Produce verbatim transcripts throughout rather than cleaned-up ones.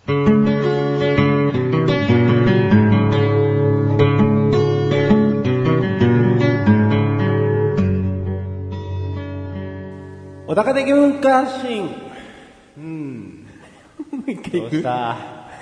小高的文化発信。うん。 どうした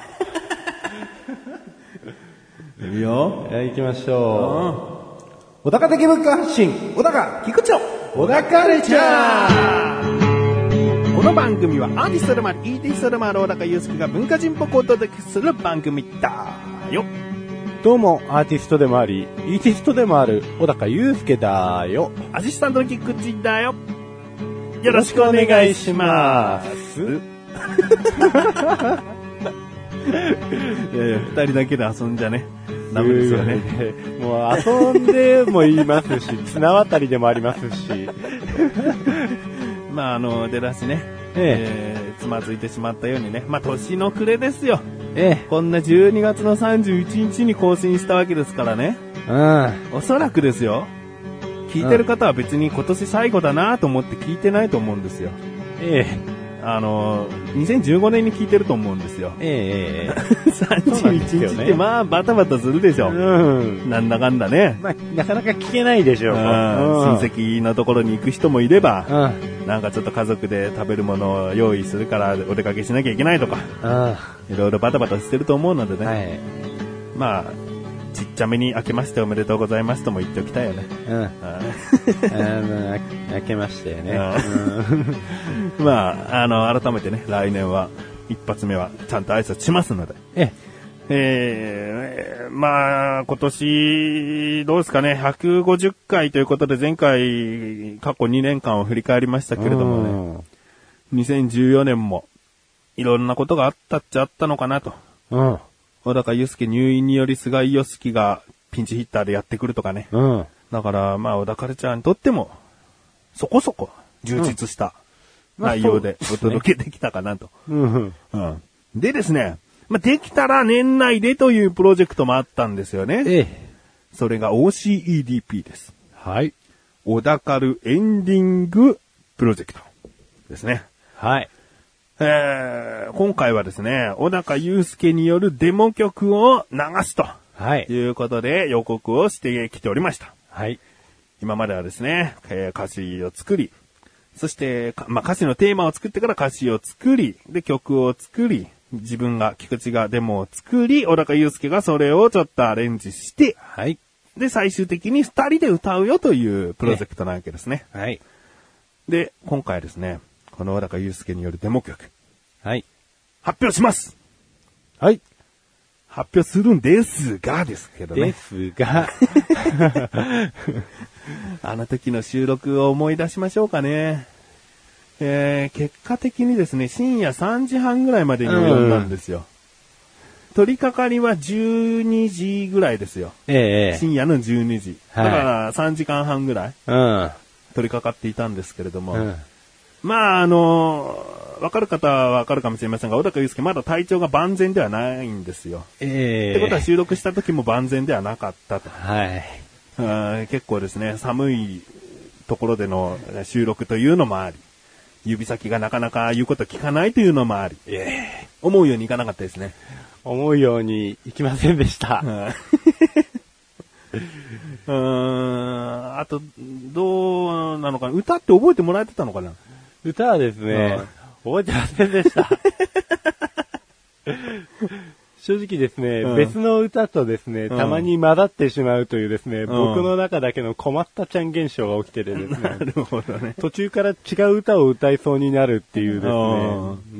いいよ。 行きましょう。小高的文化発信。小高菊池。小高カルチャー。 この番組はアーティストでもある、イーティストでもある小高祐介が文化人っぽくお届けする番組だよ。 どうも、アーティストでもあり、イーティストでもある小高祐介だよ。 アシスタントの菊池だよ。よろしくお願いします。いやいや、二人だけで遊んじゃね。ダメですよね。 もう遊んでも言いますし、綱渡りでもありますし。 まああの、出だしね、 ええー、つまずいてしまったようにね。まあ年の暮れですよ。 ええ。 こんなじゅうにがつのさんじゅういちにちに更新したわけですからね。 うん。 おそらくですよ。聞いてる方は別に今年最後だなと思って聞いてないと思うんですよ。 ええ。 あの、にせんじゅうごねんに聞いてると思うんですよ。 ええ。 さんじゅういちにちってまあバタバタするでしょ。 うん。 なんだかんだね。 まあ、なかなか聞けないでしょう。うん、 親戚のところに行く人もいれば、 うん、 なんかちょっと家族で食べるものを用意するからお出かけしなきゃいけないとか、 うん、 いろいろバタバタしてると思うのでね。 はい、 まあ、ちっちゃめに明けましておめでとうございますとも言っておきたいよね。 うん。あの、明けましてね。 うん、まあ、あの、改めてね、来年は、一発目はちゃんと挨拶しますので。 ええー、まあ、今年、どうですかね、ひゃくごじゅっかいということで前回、過去にねんかんを振り返りましたけれどもね、にせんじゅうよねんも、いろんなことがあったっちゃあったのかなと。 うん。 小高祐介入院により菅井良樹がピンチヒッターでやってくるとかね。 うん。 だから、まあ、小田カルチャーにとっても、そこそこ充実した内容でお届けできたかなと。 うん。 うん。でですね、まあ、できたら年内でというプロジェクトもあったんですよね。 ええ。 それが オーシーイーディーピー です。 はい。 小田カルエンディングプロジェクトですね。 はい。 えー、今回はですね、小高祐介によるデモ曲を流すと。 はい。 いうことで予告をしてきておりました。 はい。 今まではですね、えー、歌詞を作り、そして、まあ、歌詞のテーマを作ってから歌詞を作り、で、曲を作り、自分が、菊池がデモを作り、小高祐介がそれをちょっとアレンジして、 はい。 で、最終的に二人で歌うよというプロジェクトなわけですね。 はい。 で、今回ですね、この小高祐介によるデモ曲。 はい。 発表します。 はい。 発表するんですが、ですけどね。 ですが。 あの時の収録を思い出しましょうかね。えー、結果的にですね、深夜さんじはんぐらいまでに及んだんですよ。うん、取り掛かりはじゅうにじぐらいですよ。 ええ。 深夜のじゅうにじ。はい、だからさんじかんはんぐらい、 うん、 取り掛かっていたんですけれども。 うん、 まあ、あのー、わかる方はわかるかもしれませんが、小高祐介まだ体調が万全ではないんですよ。 ええ。 ってことは収録した時も万全ではなかったと。 はい。 結構ですね、寒いところでの収録というのもあり、指先がなかなか言うこと聞かないというのもあり、えー、思うようにいかなかったですね。 思うようにいきませんでした。 うーん、あと、どうなのかな、歌って覚えてもらえてたのかな。 歌はですね、覚えてませんでした。正直ですね、うん、別の歌とですね、たまに混ざってしまうというですね、うん、僕の中だけの困ったちゃん現象が起きててですね、 なるほどね、 途中から違う歌を歌いそうになるっていうですね、うん、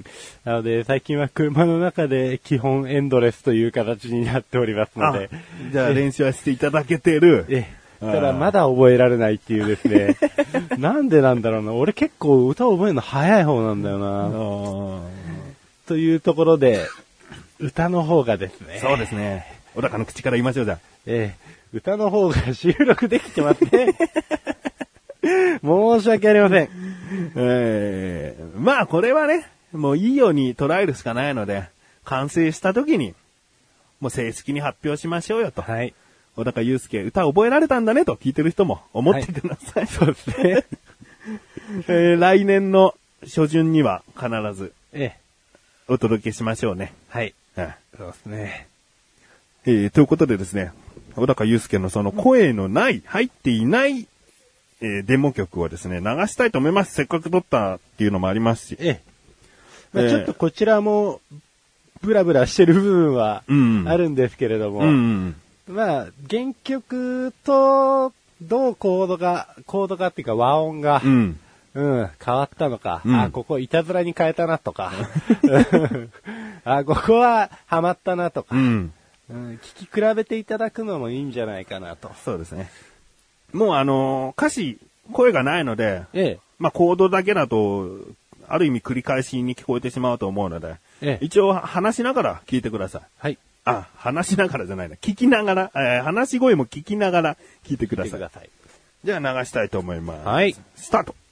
なので最近は車の中で基本エンドレスという形になっておりますので、 じゃあ練習はしていただけてる。 えただまだ覚えられないっていうですね、なんでなんだろうな、俺結構歌を覚えるの早い方なんだよな、というところで、歌の方がですね。 そうですね。小高の口から言いましょうじゃ。 ええ、歌の方が収録できてますね。申し訳ありません。 えー、まあこれはね、もういいように捉えるしかないので、完成した時に、もう正式に発表しましょうよと。 はい。 小高祐介、歌覚えられたんだねと聞いてる人も思ってください。はい、 そうですね。 えー、来年の初旬には必ず、 ええ、 お届けしましょうね。 はい。 うん、 そうですね。 えー、ということでですね、小高祐介のその声のない、入っていない、えー、デモ曲をですね、流したいと思います。せっかく撮ったっていうのもありますし。 ええ。まあ、ちょっとこちらも、ブラブラしてる部分はあるんですけれども、うんうんうん、まあ、原曲と、どうコードが、コードがっていうか和音が、うん、うん、変わったのか、うん、あ、ここいたずらに変えたなとか、あ、ここはハマったなとか、うんうん、聞き比べていただくのもいいんじゃないかなと。 そうですね。もうあのー、歌詞、声がないので、ええ、まあコードだけだと、ある意味繰り返しに聞こえてしまうと思うので、ええ、一応話しながら聞いてください。はい。あ、話しながらじゃないな。聞きながら、えー、話し声も聞きながら聞いてください。聞いてください。じゃあ流したいと思います。はい。スタート。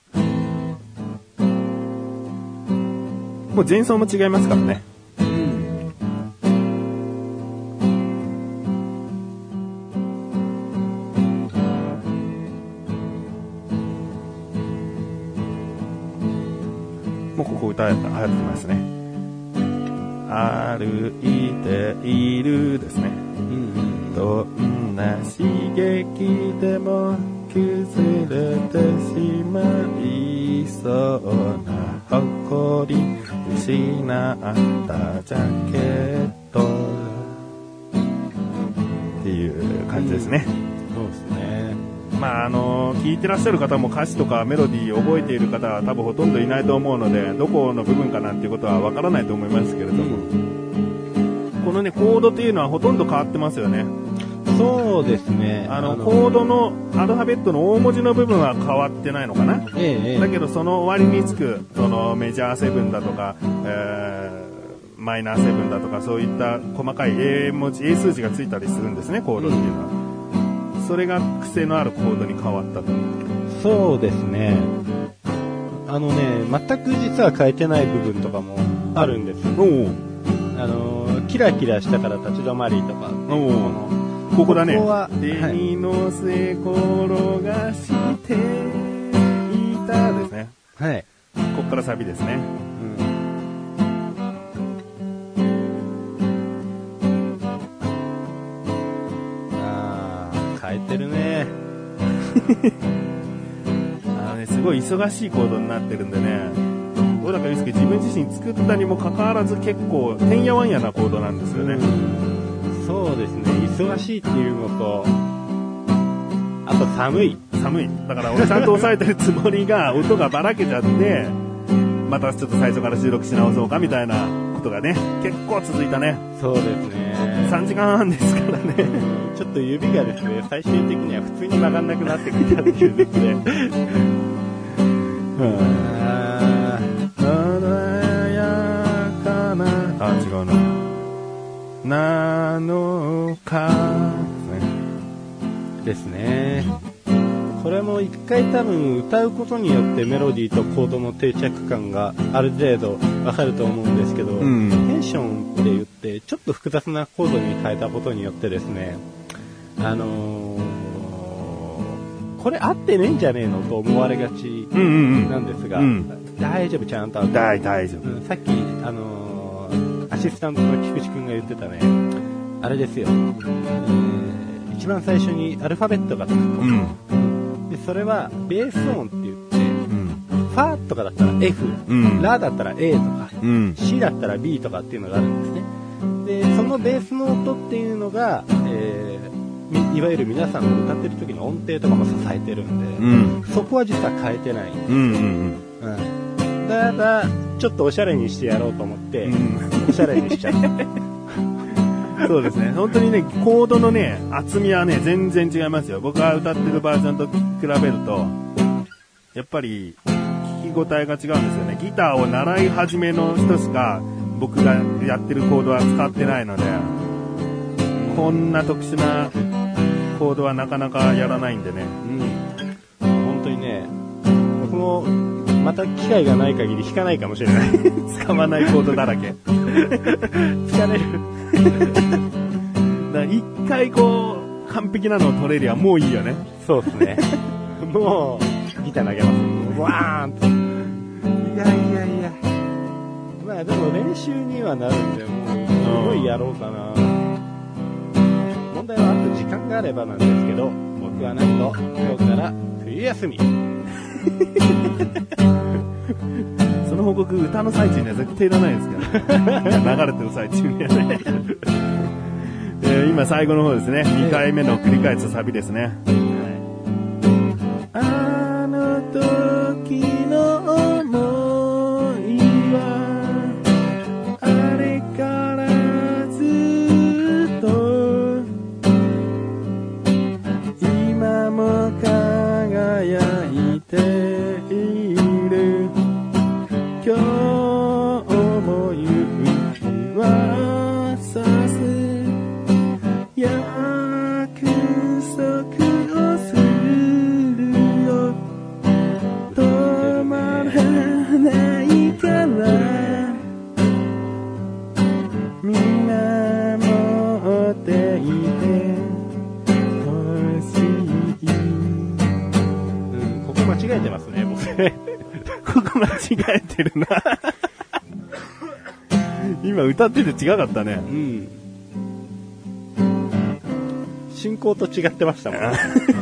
もう前奏も違いますからね。うん。もうここ歌えた、流行ってますね。歩いているですね。うん、どんな刺激でも崩れてしまいそうな誇り失ったジャケットっていう感じですね。 うん、そうですね。 まああの聞いてらっしゃる方も歌詞とかメロディー覚えている方は多分ほとんどいないと思うので、どこの部分かなんていうことはわからないと思いますけれども、うん、このねコードっていうのはほとんど変わってますよね。 そうですね。 あの、あのコードのアルファベットの大文字の部分は変わってないのかな。ええ、だけどその終わりにつくそのメジャーセブンだとか、えー、マイナーセブンだとかそういった細かい A 文字、A 数字がついたりするんですね、コードっていうのは。うん、それが癖のあるコードに変わったと。 そうですね。あのね、全く実は変えてない部分とかもあるんですよ。おあのキラキラしたから立ち止まりとか。おここだね。ここは手に乗せ転がしていたですね。はい。ここからサビですね。うん。 あー、変えてるね。 あのね、すごい忙しいコードになってるんでね。小高祐介自分自身作ったにもかかわらず結構てんやわんやなコードなんですよね。 うん、そうですね。忙しいっていうのと、あと寒い。 寒い。だからちゃんと抑えてるつもりが音がばらけちゃって、またちょっと最初から収録し直そうかみたいなことがね、結構続いたね。 そうですね。 さんじかんはんですからね。 ちょっと指がですね、最終的には普通に曲がんなくなってきたっていうですね。うん、あー、 穏やかな、あ、違うな。なのかですね。これも一回多分歌うことによってメロディーとコードの定着感がある程度わかると思うんですけど、うん、テンションって言ってちょっと複雑なコードに変えたことによってですね、あのー、これ合ってねえんじゃねえのと思われがちなんですが、うんうんうん、大丈夫、ちゃんと合って。 大大丈夫、 うん、さっきあのー、アシスタントの菊池くんが言ってたね、あれですよ、えー、一番最初にアルファベットがつくこと、うん、でそれはベース音って言って、うん、ファとかだったら F、うん、ラだったら A とか、うん、C だったら B とかっていうのがあるんですね。でそのベースの音っていうのが、えー、いわゆる皆さんの歌ってる時の音程とかも支えてるんで、うん、そこは実は変えてないんです、うんうんうん、ただちょっとおしゃれにしてやろうと思って、うん、おしゃれにしちゃったそうですね。本当にね、コードのね、厚みはね、全然違いますよ。僕が歌ってるバージョンと比べると、やっぱり、聞き応えが違うんですよね。ギターを習い始めの人しか、僕がやってるコードは使ってないので、こんな特殊なコードはなかなかやらないんでね。 うん。本当にね、僕も、また機会がない限り弾かないかもしれない。 使わないコードだらけ。 疲れる。 だ一回こう完璧なのを取れりゃもういいよね。 そうですね。もうギター投げます。わーんと。いやいやいや。 まあでも練習にはなるんで、もうすごいやろうかな。問題はあと時間があればなんですけど、僕はなんと今日から冬休み。 その報告歌の最中には絶対いらないですから、ね、流れてる最中にはね、えー、今最後の方ですね、にかいめの繰り返すサビですね、はい、あの時の思いはあれからずっと今も輝いている、今日も行くはさす約束をするよ、止まらないから見守っていてほしい、 うん、ここ間違えてますね、僕。 ここ間違えてるな。今歌ってて違かったね。 うん。進行と違ってましたもんね。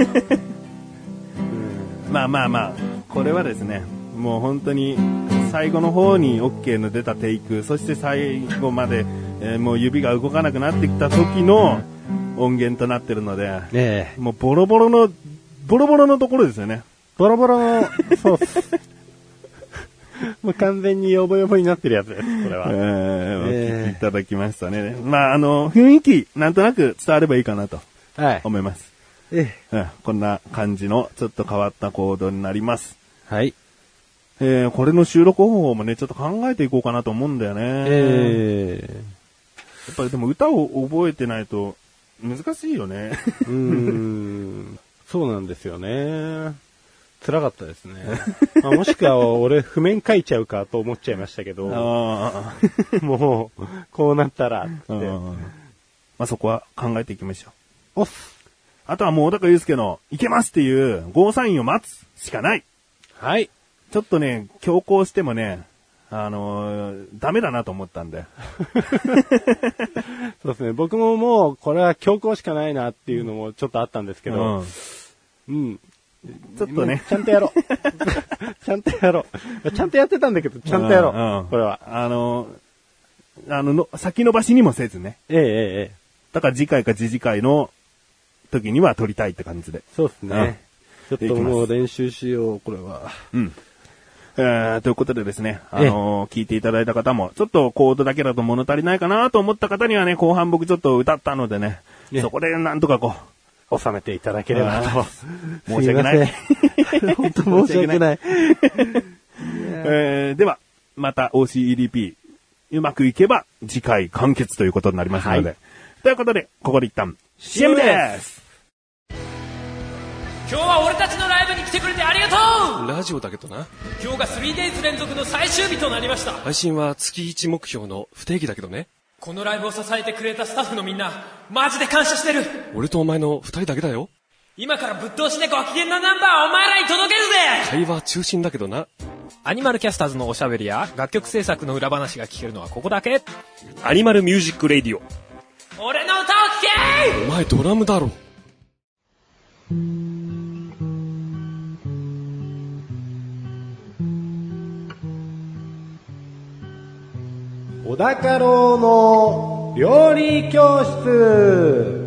うん、まあまあまあ、これはですね、もう本当に最後の方に OK の出たテイク、そして最後まで、えー、もう指が動かなくなってきた時の音源となってるので、 ええ、 もうボロボロの、ボロボロのところですよね。 ボロボロの、そうっす。もう完全にヨボヨボになってるやつです、これは。 えー、お聞きいただきましたね。まあ、あの、雰囲気、なんとなく伝わればいいかなと思います。 はい。ええ、うん、こんな感じの、ちょっと変わったコードになります。 はい。 えー、これの収録方法もね、ちょっと考えていこうかなと思うんだよね。 えー、 やっぱりでも歌を覚えてないと難しいよね。 うーん。そうなんですよね。辛かったですね。まあ、もしくは俺譜面書いちゃうかと思っちゃいましたけど、あもうこうなったらって、あ、 まあ、そこは考えていきましょう。おっす。 あとはもう小高祐介のいけますっていうゴーサインを待つしかない。 はい。 ちょっとね、強行してもね、あのー、ダメだなと思ったんで。 そうですね。僕ももうこれは強行しかないなっていうのもちょっとあったんですけど、うん。うん、 ちょっとね。 ちゃんとやろう。ちゃんとやろう。ちゃんとやってたんだけど、ちゃんとやろう。うんうん、これは。 あのー、あのの、先延ばしにもせずね。 ええええ。 だから次回か次次回の時には撮りたいって感じで。 そうですね。うん、ちょっともう練習しよう、これは。 うん。えー、ということでですね、あのー、聞いていただいた方も、ちょっとコードだけだと物足りないかなと思った方にはね、後半僕ちょっと歌ったのでね、ね、そこでなんとかこう、収めていただければと。 申し訳ない。 本当申し訳ない。 えー、では、また オーシーイーディーピー、うまくいけば次回完結ということになりますので。はい、ということで、ここで一旦 シーエム です。 今日は俺たちのライブに来てくれてありがとう。 ラジオだけどな。 今日が スリーデイズ 連続の最終日となりました。 配信は月いち目標の不定期だけどね。 このライブを支えてくれたスタッフのみんな、マジで感謝してる。 俺とお前の二人だけだよ。 今からぶっ通しでご機嫌なナンバーお前らに届けるぜ。 会話中心だけどな。 アニマルキャスターズのおしゃべりや楽曲制作の裏話が聞けるのはここだけ。 アニマルミュージックレディオ。 俺の歌を聴け。 お前ドラムだろ。 小高郎の料理教室。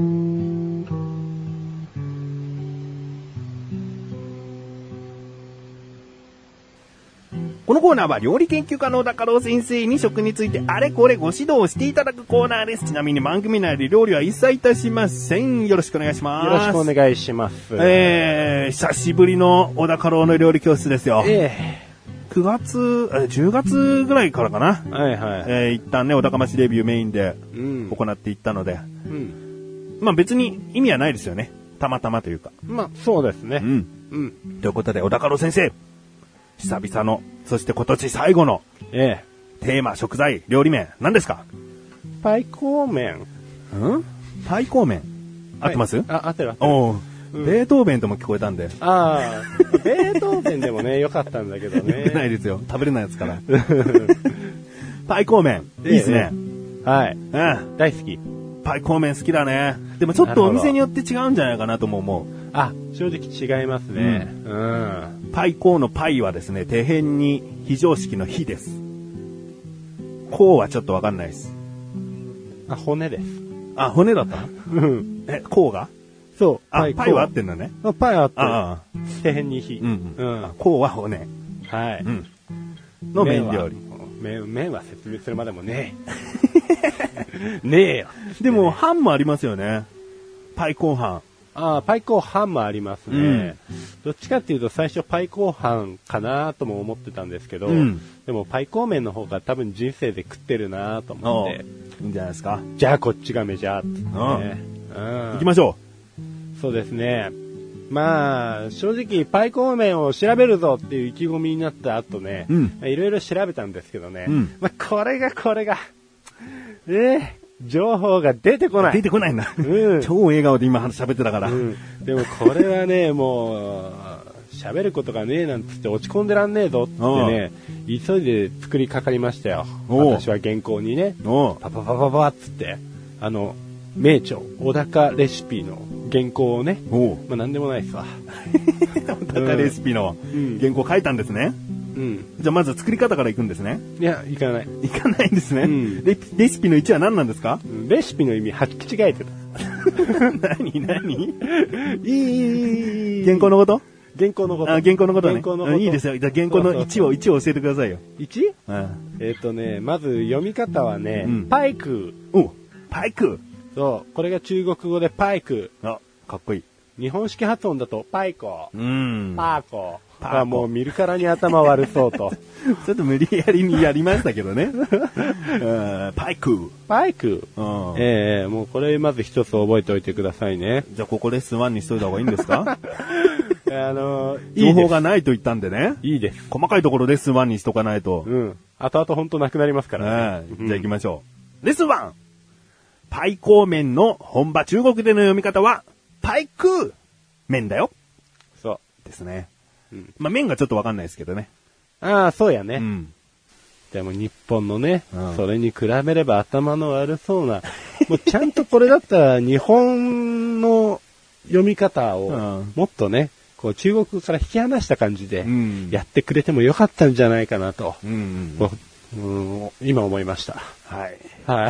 このコーナーは料理研究家の小高郎先生に食についてあれこれご指導していただくコーナーです。ちなみに番組内で料理は一切いたしません。よろしくお願いします。 よろしくお願いします。 えー、久しぶりの小高郎の料理教室ですよ。 えーくがつ、じゅうがつぐらいからかな。 はいはい。 えー、一旦ね、お高ましレビューメインで行っていったので。うん。まあ別に意味はないですよね。たまたまというか。 まあそうですね。 うん。うん。ということで、お高郎先生。久々の、そして今年最後の、 ええ、テーマ、食材、料理名、何ですか？ パイコーメン。ん？パイコーメン。合ってます？ あ、合ってる合ってる。 おー。うん、ベートーベンとも聞こえたんで。 ああ、ベートーベンでもね、良かったんだけどね。 良くないですよ。食べれないやつから。 パイコー麺。いいですね。 はい。 うん。 大好き。 パイコー麺好きだね。でもちょっとお店によって違うんじゃないかなとも思う。 あ、正直違いますね。うん。うん、 パイコーのパイはですね、手辺に非常識の非です。コーはちょっとわかんないです。 あ、骨です。 あ、骨だったうん。 え、コーがそう。 あ、パイ、パイは合ってんだね。 あ、パイは合ってる。 ああ。 手辺に非。 うん、うん。 うん。 コーは骨。 はい。 うん。の麺料理。 麺、麺は説明するまでもねえ。ねえよ。 でも、ハンもありますよね。パイコーハン。 ああ、パイコーハンもありますね、うん。どっちかっていうと最初パイコーハンかなとも思ってたんですけど、うん、でもパイコー麺の方が多分人生で食ってるなと思って。 いいんじゃないですか。 じゃあこっちがメジャーって、ね。 うん。行きましょう。そうですね。まあ、正直パイコー麺を調べるぞっていう意気込みになった後ね、いろいろ調べたんですけどね、うん、まあこれがこれが、ええー情報が出てこない。 出てこないんだ。うん、超笑顔で今喋ってたから。うん、 でもこれはね、もう、喋ることがねえなんつって落ち込んでらんねえぞってね、急いで作りかかりましたよ。私は原稿にね、パパパパパっつって、あの、名著、小高レシピの原稿をね、まあなんでもないっすわ。 小高レシピの原稿書いたんですね。うん、じゃあまず作り方からいくんですね。 いや、いかない。 いかないんですね。うん、レ, レシピのいちは何なんですか？ レシピの意味、はっき違えてた。何何いい原稿のこと原稿のこと。 あ、原稿のことね。 原稿のこと。 いいですよ。じゃあ原稿のいちを、いちを教えてくださいよ。 いち? うん、えっ、ー、とね、まず読み方はね、うん、パイク。 お、パイク。 そう。これが中国語でパイク。 あ、かっこいい。 日本式発音だとパイコ。 うん。 パーコ。あ、もう見るからに頭悪そうと。 ちょっと無理やりにやりましたけどね。パイク。 パイク。ええー、もうこれまず一つ覚えておいてくださいね。 じゃあここレッスンワンにしといた方がいいんですか？ あのー、 情報がないと言ったんでね。 いいです。 細かいところレッスンワンにしとかないと。 うん。後々ほんとなくなりますからね。 うん、じゃあ行きましょう。レッスンワン。パイコー麺の本場中国での読み方は、パイク麺だよ。 そう。 ですね。うん、まあ、麺がちょっとわかんないですけどね。 ああ、そうやね。 うん、 でも日本のね、うん、それに比べれば頭の悪そうな、もうちゃんとこれだったら日本の読み方をもっとね、こう中国から引き離した感じでやってくれてもよかったんじゃないかなと、うんうんうん、今思いました。 はい。 はい。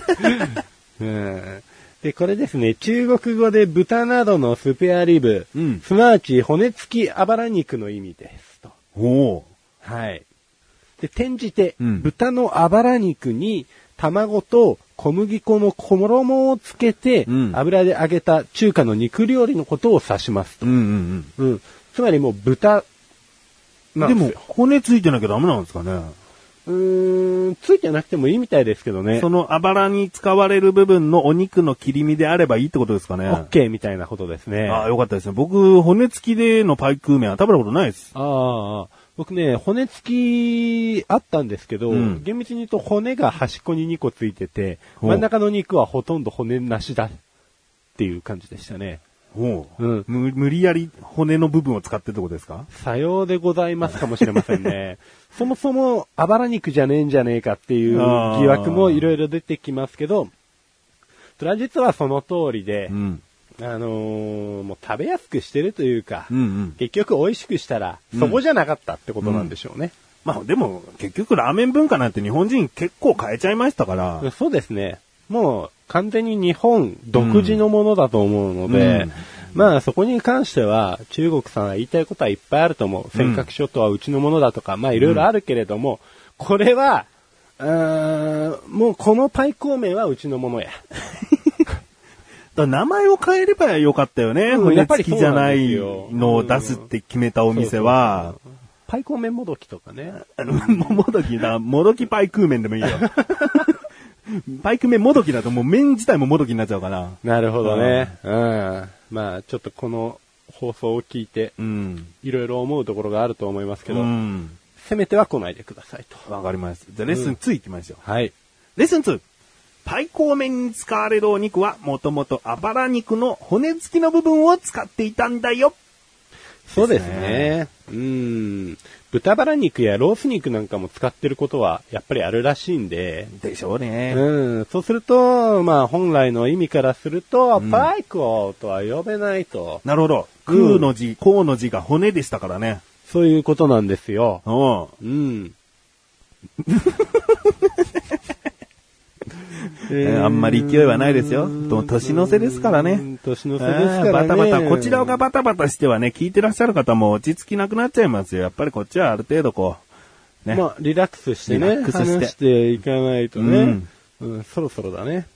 うんで、これですね、中国語で豚などのスペアリブ、うん、すなわち骨付きあばら肉の意味ですと。 おー。はい。で、転じて、うん、豚のあばら肉に卵と小麦粉の衣をつけて、うん、油で揚げた中華の肉料理のことを指しますと。 うんうんうん。 うん。つまりもう豚なんですよ。 でも、骨ついてなきゃダメなんですかね。 うーん、ついてなくてもいいみたいですけどね。 そのあばらに使われる部分のお肉の切り身であればいいってことですかね。 オッケーみたいなことですね。 ああ、よかったですね。僕、骨付きでのパイクー麺は食べたことないです。 ああ、僕ね、骨付きあったんですけど、うん、厳密に言うと骨が端っこににこついてて、真ん中の肉はほとんど骨なしだっていう感じでしたね。 おう、うん、無, 無理やり骨の部分を使ってってことですか？ さようでございますかもしれませんね。そもそもあばら肉じゃねえんじゃねえかっていう疑惑もいろいろ出てきますけど、それは実はその通りで、うん、あのー、もう食べやすくしてるというか、うんうん、結局美味しくしたらそこじゃなかったってことなんでしょうね。 うんうん、まあでも結局ラーメン文化なんて日本人結構変えちゃいましたから。 そうですね。もう完全に日本独自のものだと思うので、うんうん、まあそこに関しては中国さんは言いたいことはいっぱいあると思う。尖閣諸島はうちのものだとか、まあいろいろあるけれども、うん、これは、うーん、もうこのパイコー麺はうちのものや。 だ名前を変えればよかったよね。うん、骨付きじゃないのを出すって決めたお店は。 パイコー麺もどきとかね。 もどきだ、もどきパイクー麺でもいいよ。パイク麺もどきだともう麺自体ももどきになっちゃうかな。 なるほどね。うん。まあちょっとこの放送を聞いて、うん、いろいろ思うところがあると思いますけど、うん、せめては来ないでくださいと。 わかります。じゃあレッスンツー行きましょう。 うん、はい。 レッスンツー。パイコー麺に使われるお肉はもともとあばら肉の骨付きの部分を使っていたんだよ。 そうですね。うん。 豚バラ肉やロース肉なんかも使ってることはやっぱりあるらしいんで。 でしょうね。 うん。そうすると、まあ本来の意味からすると、うん、パイコとは呼べないと。 なるほど。空の字、甲の字が骨でしたからね。 そういうことなんですよ。 うん。 うん。 えー、あんまり勢いはないですよ。年の瀬ですからね。 年の瀬ですからね。 バタバタ、こちらがバタバタしてはね、聞いてらっしゃる方も落ち着きなくなっちゃいますよ。やっぱりこっちはある程度こう、ね。 まあ、リラックスしてね。リラックスして。話していかないとね。うんうん、そろそろだね。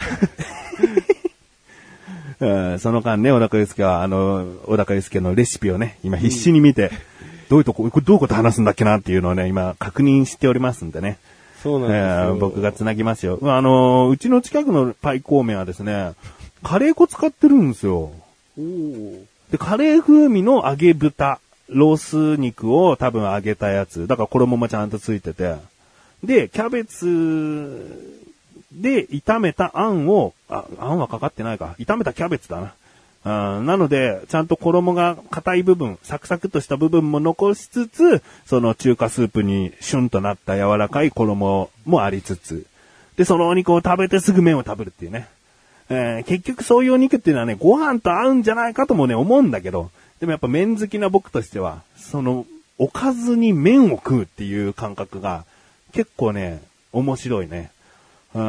うん、その間ね、小高祐介は、あの、小高祐介のレシピをね、今必死に見て、うん、どういうとこ、どういうこと話すんだっけなっていうのをね、今確認しておりますんでね。 そうなんですよ、えー。 僕がつなぎますよ。あのー、うちの近くのパイコー麺はですね、カレー粉使ってるんですよ。 おー。 で、カレー風味の揚げ豚、ロース肉を多分揚げたやつ。だから衣もちゃんとついてて。で、キャベツで炒めたあんを、あ、あんはかかってないか。炒めたキャベツだな。あなので、ちゃんと衣が硬い部分、サクサクっとした部分も残しつつ、その中華スープにシュンとなった柔らかい衣もありつつ、で、そのお肉を食べてすぐ麺を食べるっていうね。えー、結局そういうお肉っていうのはね、ご飯と合うんじゃないかともね、思うんだけど、でもやっぱ麺好きな僕としては、その、おかずに麺を食うっていう感覚が、結構ね、面白いね。うん、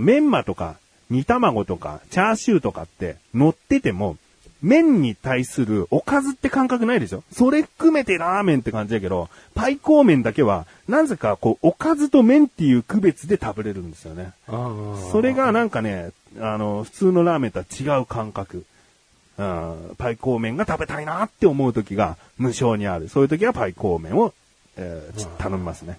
メンマとか、煮卵とか、チャーシューとかって乗ってても、麺に対するおかずって感覚ないでしょ？それ含めてラーメンって感じだけど、パイコー麺だけは、なぜかこう、おかずと麺っていう区別で食べれるんですよね。それがなんかね、あの、普通のラーメンとは違う感覚。うん、パイコー麺が食べたいなって思う時が無性にある。そういう時はパイコー麺を、えー、頼みますね。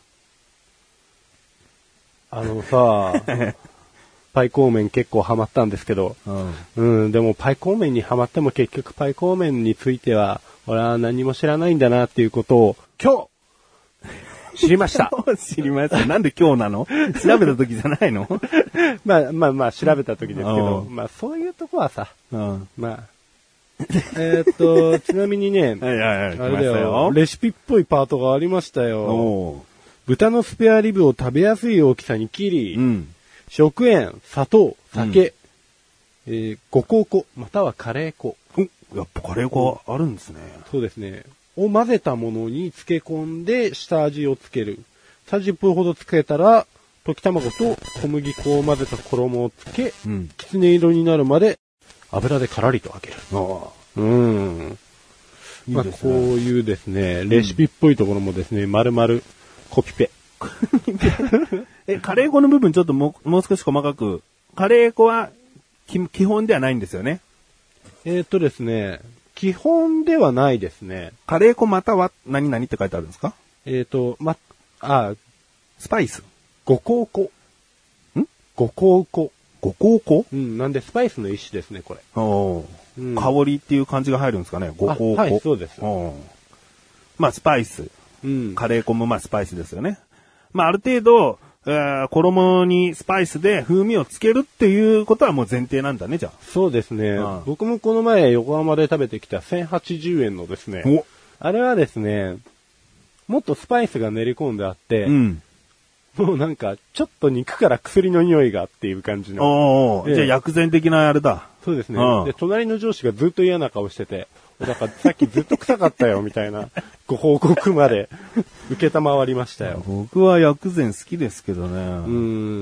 あのさ、パイコー麺結構ハマったんですけど、うん、うん、でもパイコー麺にハマっても結局パイコー麺については、俺は何も知らないんだなっていうことを、今日知りました。 知りました。なんで今日なの？調べた時じゃないの？ まあまあまあ調べた時ですけど、まあそういうとこはさ、うん、まあ、えー、っと、ちなみにね、 はいはいはい、 あれだよ、レシピっぽいパートがありましたよ。豚のスペアリブを食べやすい大きさに切り、うん、食塩、砂糖、酒、うん、えー、五香粉、またはカレー粉。 やっぱカレー粉あるんですね。 そうですね。を混ぜたものに漬け込んで下味をつける。さんじゅっぷんほどつけたら、溶き卵と小麦粉を混ぜた衣をつけ、うん、きつね色になるまで油でカラリと揚げる。ああ。うん。いいですね。まあ、こういうですね、レシピっぽいところもですね、丸々コピペ。 え、カレー粉の部分ちょっともう、もう少し細かく。カレー粉は基本ではないんですよね。 えーっとですね、基本ではないですね。 カレー粉または何々って書いてあるんですか？ えーっと、ま、あ、 スパイス。 五香粉。 ん？ 五香粉。 五香粉？ うん、なんでスパイスの一種ですね、これ。 おー、うん、香りっていう感じが入るんですかね、五香粉。 はい、そうです。 まあ、スパイス。うん。カレー粉もまあ、スパイスですよね。まあ、ある程度、えー、衣にスパイスで風味をつけるっていうことはもう前提なんだね、じゃあ。 そうですね。うん、僕もこの前横浜で食べてきたせんはちじゅうえんのですね。あれはですね、もっとスパイスが練り込んであって、うん、もうなんか、ちょっと肉から薬の匂いがっていう感じの。 おー、じゃあ薬膳的なあれだ。 そうですね。で、隣の上司がずっと嫌な顔してて、だからさっきずっと臭かったよみたいなご報告まで受けたまわりましたよ。 僕は薬膳好きですけどね。 うん、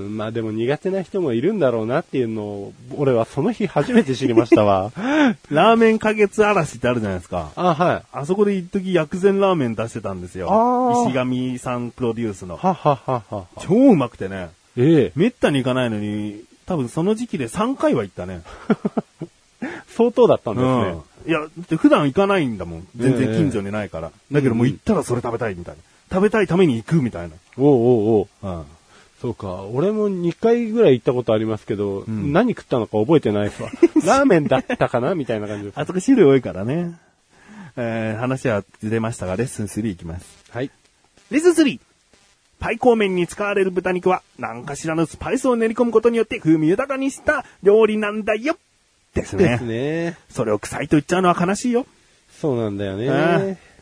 まあでも苦手な人もいるんだろうなっていうのを、俺はその日初めて知りましたわ。 ラーメン花月嵐ってあるじゃないですか。 あ、はい。 あそこで一時薬膳ラーメン出してたんですよ。石上さんプロデュースの。 はははは。 超うまくてね。 ええ。 めったに行かないのに、多分その時期でさんかいは行ったね。 相当だったんですね。うんいや、普段行かないんだもん。全然近所にないから。えー、だけどもう行ったらそれ食べたいみたいな。食べたいために行くみたいな。 おうおうおう。うん。そうか。俺もにかいぐらい行ったことありますけど、うん、何食ったのか覚えてないですわ。ラーメンだったかなみたいな感じです。 あそこ種類多いからね。えー、話は出ましたが、レッスンスリーいきます。 はい。 レッスンスリー。パイコー麺に使われる豚肉は、何かしらのスパイスを練り込むことによって風味豊かにした料理なんだよ。ですね。 ですね。 それを臭いと言っちゃうのは悲しいよ。 そうなんだよね。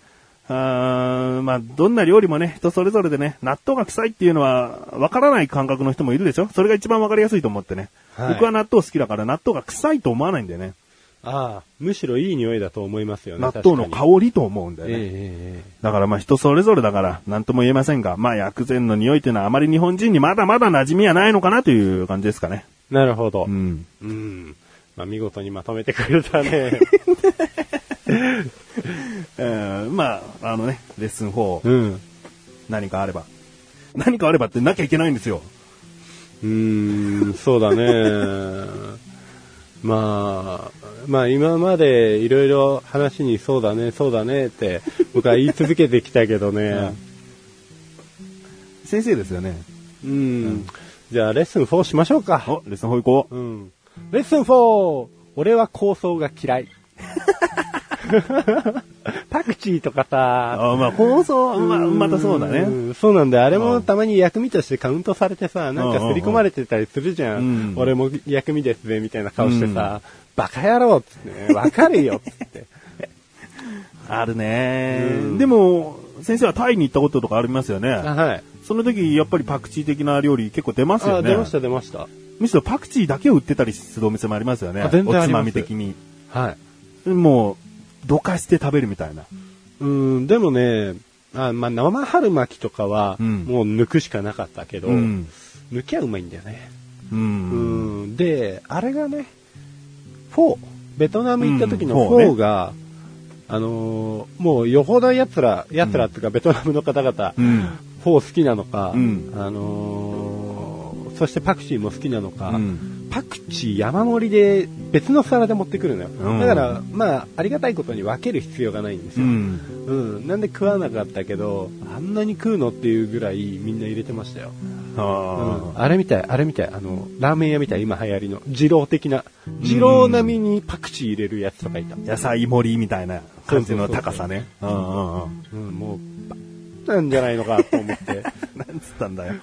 あまあ、どんな料理もね、人それぞれでね、納豆が臭いっていうのは、わからない感覚の人もいるでしょ。それが一番わかりやすいと思ってね。はい、僕は納豆好きだから納豆が臭いと思わないんだよね。 ああ、むしろいい匂いだと思いますよね。 納豆の香りと思うんだよね。えー、だからまあ人それぞれだから、なんとも言えませんが、まあ薬膳の匂いっていうのはあまり日本人にまだまだ馴染みはないのかなという感じですかね。 なるほど。 うん。 うん。まあ見事にまとめてくれたね。 えー、まあ、あのね、レッスンフォー、 うん、 何かあれば。何かあればってなきゃいけないんですよ。 うーん、そうだね。まあ、まあ今までいろいろ話にそうだね、そうだねって僕は言い続けてきたけどね。うん、 先生ですよね。 うん。うん、じゃあレッスンフォーしましょうか。 お、レッスンフォー行こう。 うん。レッスンフォー、俺は構想が嫌い。パクチーとかさ、 あまあ構想、まあ、またそうだね、 うん。そうなんだよ。あれもたまに薬味としてカウントされてさ、なんか刷り込まれてたりするじゃん。うん、俺も薬味ですね、みたいな顔してさ、うん、バカ野郎っつってね、わかるよっつって。 あるね、うん。でも、先生はタイに行ったこととかありますよね。 はい。 その時、やっぱりパクチー的な料理結構出ますよね。 あ、出ました出ました。 むしろパクチーだけを売ってたりするお店もありますよね。 あ、全然あります。 おつまみ的に。 はい。 もう、どかして食べるみたいな。 うん、でもね、あまあ、生春巻きとかは、もう抜くしかなかったけど、うん、抜きゃうまいんだよね。 うんうん、で、あれがね、フォー、ベトナム行った時のフォーが、うん、あのー、もうよほど奴ら、奴らっていうかベトナムの方々、うん、フォー好きなのか、うん、あのー、そしてパクチーも好きなのか、うんパクチー山盛りで別の皿で持ってくるのよ、うん、だからまあありがたいことに分ける必要がないんですよ、うんうん、なんで食わなかったけどあんなに食うのっていうぐらいみんな入れてましたよ。あ、うん、あれみたいあれみたいあのラーメン屋みたい今流行りの二郎的な二郎並みにパクチー入れるやつとかいた、 野菜盛りみたいな感じの高さね。 もうバッなんじゃないのかと思ってなんつったんだよ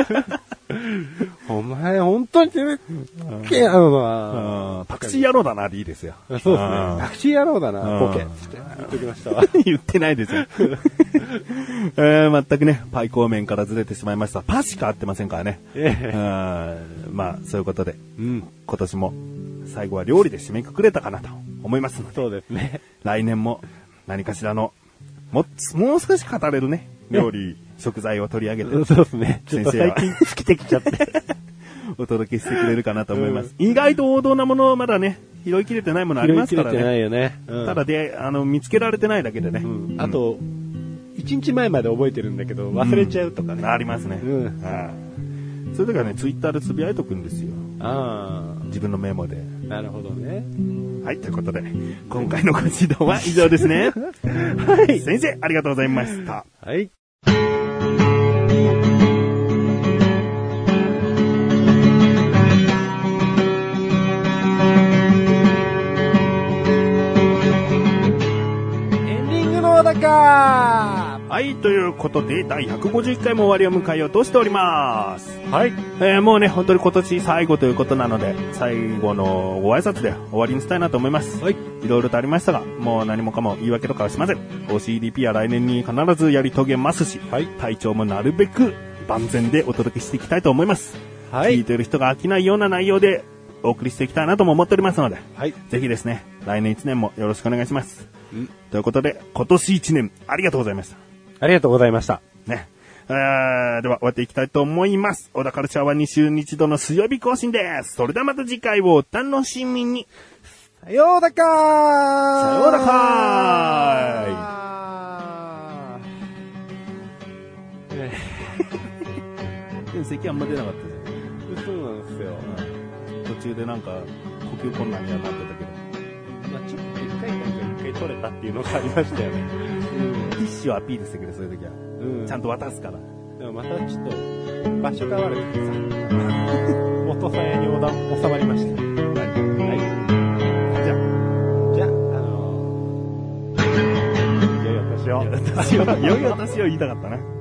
お前本当にてめえやろな。 パクチー野郎だなでいいですよ。 そうですね。パクチー野郎だなボケって言ってきましたわ。 言ってないですよ。えー、全くねパイコー麺からずれてしまいました。パしか合ってませんからね。えー、まあそういうことで、うん、今年も最後は料理で締めくくれたかなと思いますので。 そうですね。 来年も何かしらのももう少し語れるね料理。食材を取り上げて。 そうですね。ちょっと最近好きてきちゃって。 お届けしてくれるかなと思います。うん、意外と王道なものまだね、拾いきれてないものありますからね。 拾いきれてないよね。うん、 ただで、あの、見つけられてないだけでね。 うん、あと、一日前まで覚えてるんだけど、忘れちゃうとかね。 うん、ありますね。うん、あそういう時はね、ツイッターでつぶやいとくんですよ。あ自分のメモで。 なるほどね。 はい、ということで、今回のご指導は以上ですね。はい。先生、ありがとうございました。 はい。 はい、ということで、だいひゃくごじゅういっかいも終わりを迎えようとしております。 はい。 えー、もうね、本当に今年最後ということなので、最後のご挨拶で終わりにしたいなと思います。はい。いろいろとありましたが、もう何もかも言い訳とかはしません。オーシーディーピー は来年に必ずやり遂げますし、はい。体調もなるべく万全でお届けしていきたいと思います。はい。聞いている人が飽きないような内容でお送りしていきたいなとも思っておりますので、はい。ぜひですね、来年いちねんもよろしくお願いします。うん、ということで、今年いちねんありがとうございました。 ありがとうございました。 ね。えー、では終わっていきたいと思います。小田カルチャーはに週にいちどの水曜日更新です。それではまた次回をお楽しみに。 さようだかーさようだかーいでも咳あんま出なかったじゃん。そうなんですよ。 途中でなんか呼吸困難にはなってたけど。 まあちょっと一回なんか一回取れたっていうのがありましたよね。 うん、ティッシュをアピールしてくれ、そういう時は。うん、ちゃんと渡すから。 でもまたちょっと、場所が悪くてさ、元さやに収まりました。はい。はい。じゃあ、じゃあ、あのー、良いお年を。 良いお年を言いたかったな。